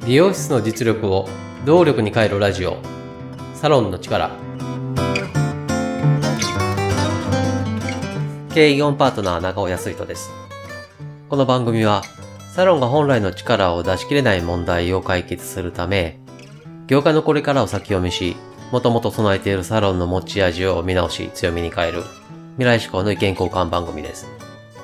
美容室の実力を動力に変えるラジオ、サロンの力。経営業パートナー長尾康人です。この番組はサロンが本来の力を出し切れない問題を解決するため、業界のこれからを先読みし、もともと備えているサロンの持ち味を見直し強みに変える未来志向の意見交換番組です。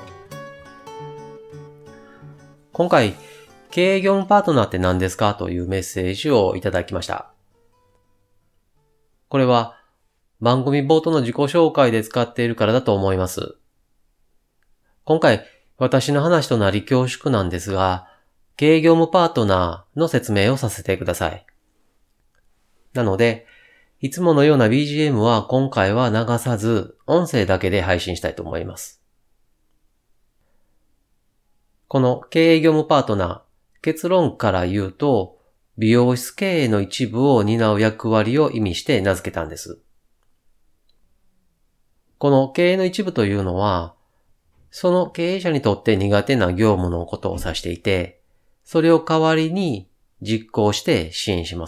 今回、経営業務パートナーって何ですかというメッセージをいただきました。これは番組冒頭の自己紹介で使っているからだと思います。今回私の話となり恐縮なんですが、経営業務パートナーの説明をさせてください。なので、いつものような BGM は今回は流さず、音声だけで配信したいと思います。この経営業務パートナー、結論から言うと、美容室経営の一部を担う役割を意味して名付けたんです。この経営の一部というのは、その経営者にとって苦手な業務のことを指していて、それを代わりに実行して支援します。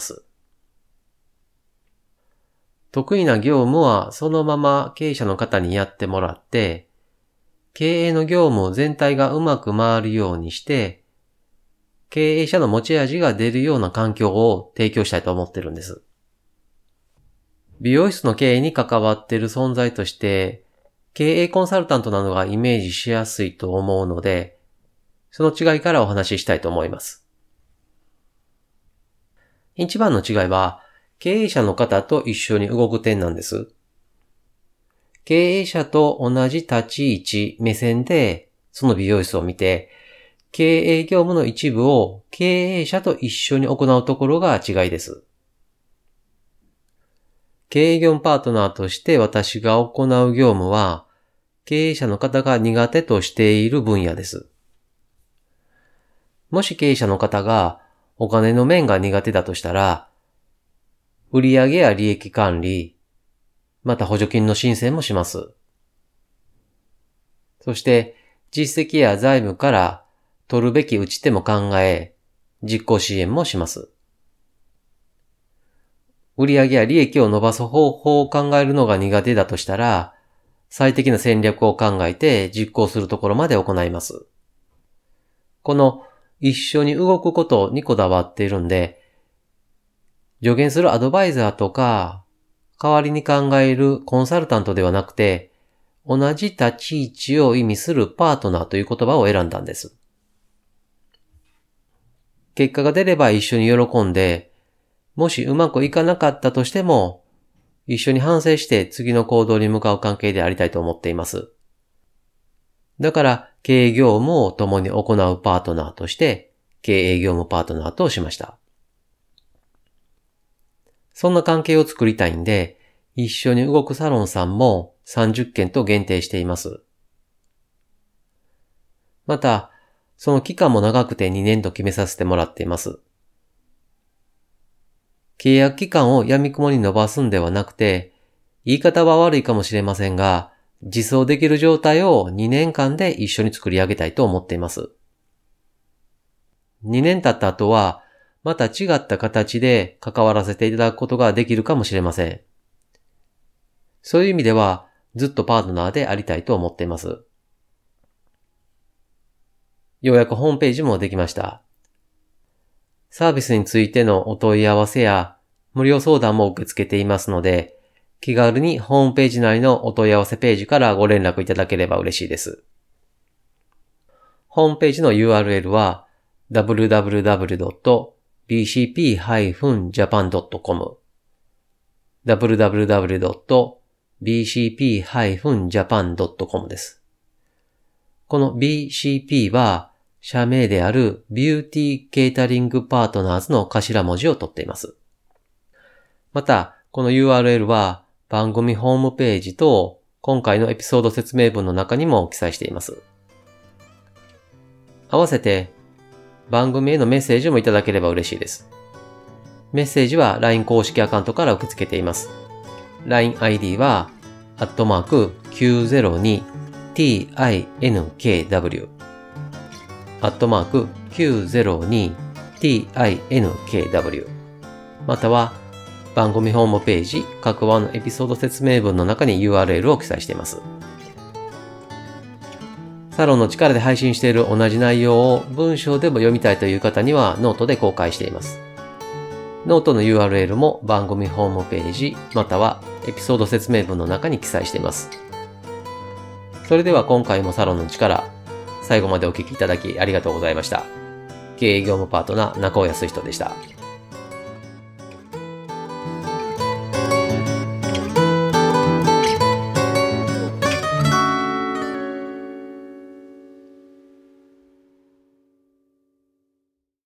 得意な業務はそのまま経営者の方にやってもらって、経営の業務全体がうまく回るようにして、経営者の持ち味が出るような環境を提供したいと思ってるんです。美容室の経営に関わっている存在として、経営コンサルタントなどがイメージしやすいと思うので、その違いからお話ししたいと思います。一番の違いは、経営者の方と一緒に動く点なんです。経営者と同じ立ち位置、目線で、その美容室を見て、経営業務の一部を経営者と一緒に行うところが違いです。経営業務パートナーとして私が行う業務は、経営者の方が苦手としている分野です。もし経営者の方がお金の面が苦手だとしたら、売上や利益管理、また補助金の申請もします。そして実績や財務から取るべき打ち手も考え、実行支援もします。売上や利益を伸ばす方法を考えるのが苦手だとしたら、最適な戦略を考えて実行するところまで行います。この一緒に動くことにこだわっているんで、助言するアドバイザーとか、代わりに考えるコンサルタントではなくて、同じ立ち位置を意味するパートナーという言葉を選んだんです。結果が出れば一緒に喜んで、もしうまくいかなかったとしても、一緒に反省して次の行動に向かう関係でありたいと思っています。だから経営業務を共に行うパートナーとして、経営業務パートナーとしました。そんな関係を作りたいんで、一緒に動くサロンさんも30件と限定しています。また、その期間も長くて2年と決めさせてもらっています。契約期間を闇雲に伸ばすんではなくて、言い方は悪いかもしれませんが、実装できる状態を2年間で一緒に作り上げたいと思っています。2年経った後は、また違った形で関わらせていただくことができるかもしれません。そういう意味では、ずっとパートナーでありたいと思っています。ようやくホームページもできました。サービスについてのお問い合わせや無料相談も受け付けていますので、気軽にホームページ内のお問い合わせページからご連絡いただければ嬉しいです。ホームページの URL は www.bcp-japan.com www.bcp-japan.com です。この BCP は社名であるビューティーケータリングパートナーズの頭文字を取っています。また、この URL は番組ホームページと今回のエピソード説明文の中にも記載しています。合わせて番組へのメッセージもいただければ嬉しいです。メッセージは LINE 公式アカウントから受け付けています。LINE ID は@902TINKW @902 tinkw または番組ホームページ各話のエピソード説明文の中に URL を記載しています。サロンの力で配信している同じ内容を文章でも読みたいという方にはノートで公開しています。ノートの URL も番組ホームページまたはエピソード説明文の中に記載しています。それでは今回もサロンの力、最後までお聞きいただきありがとうございました。経営業務パートナー中尾康人でした。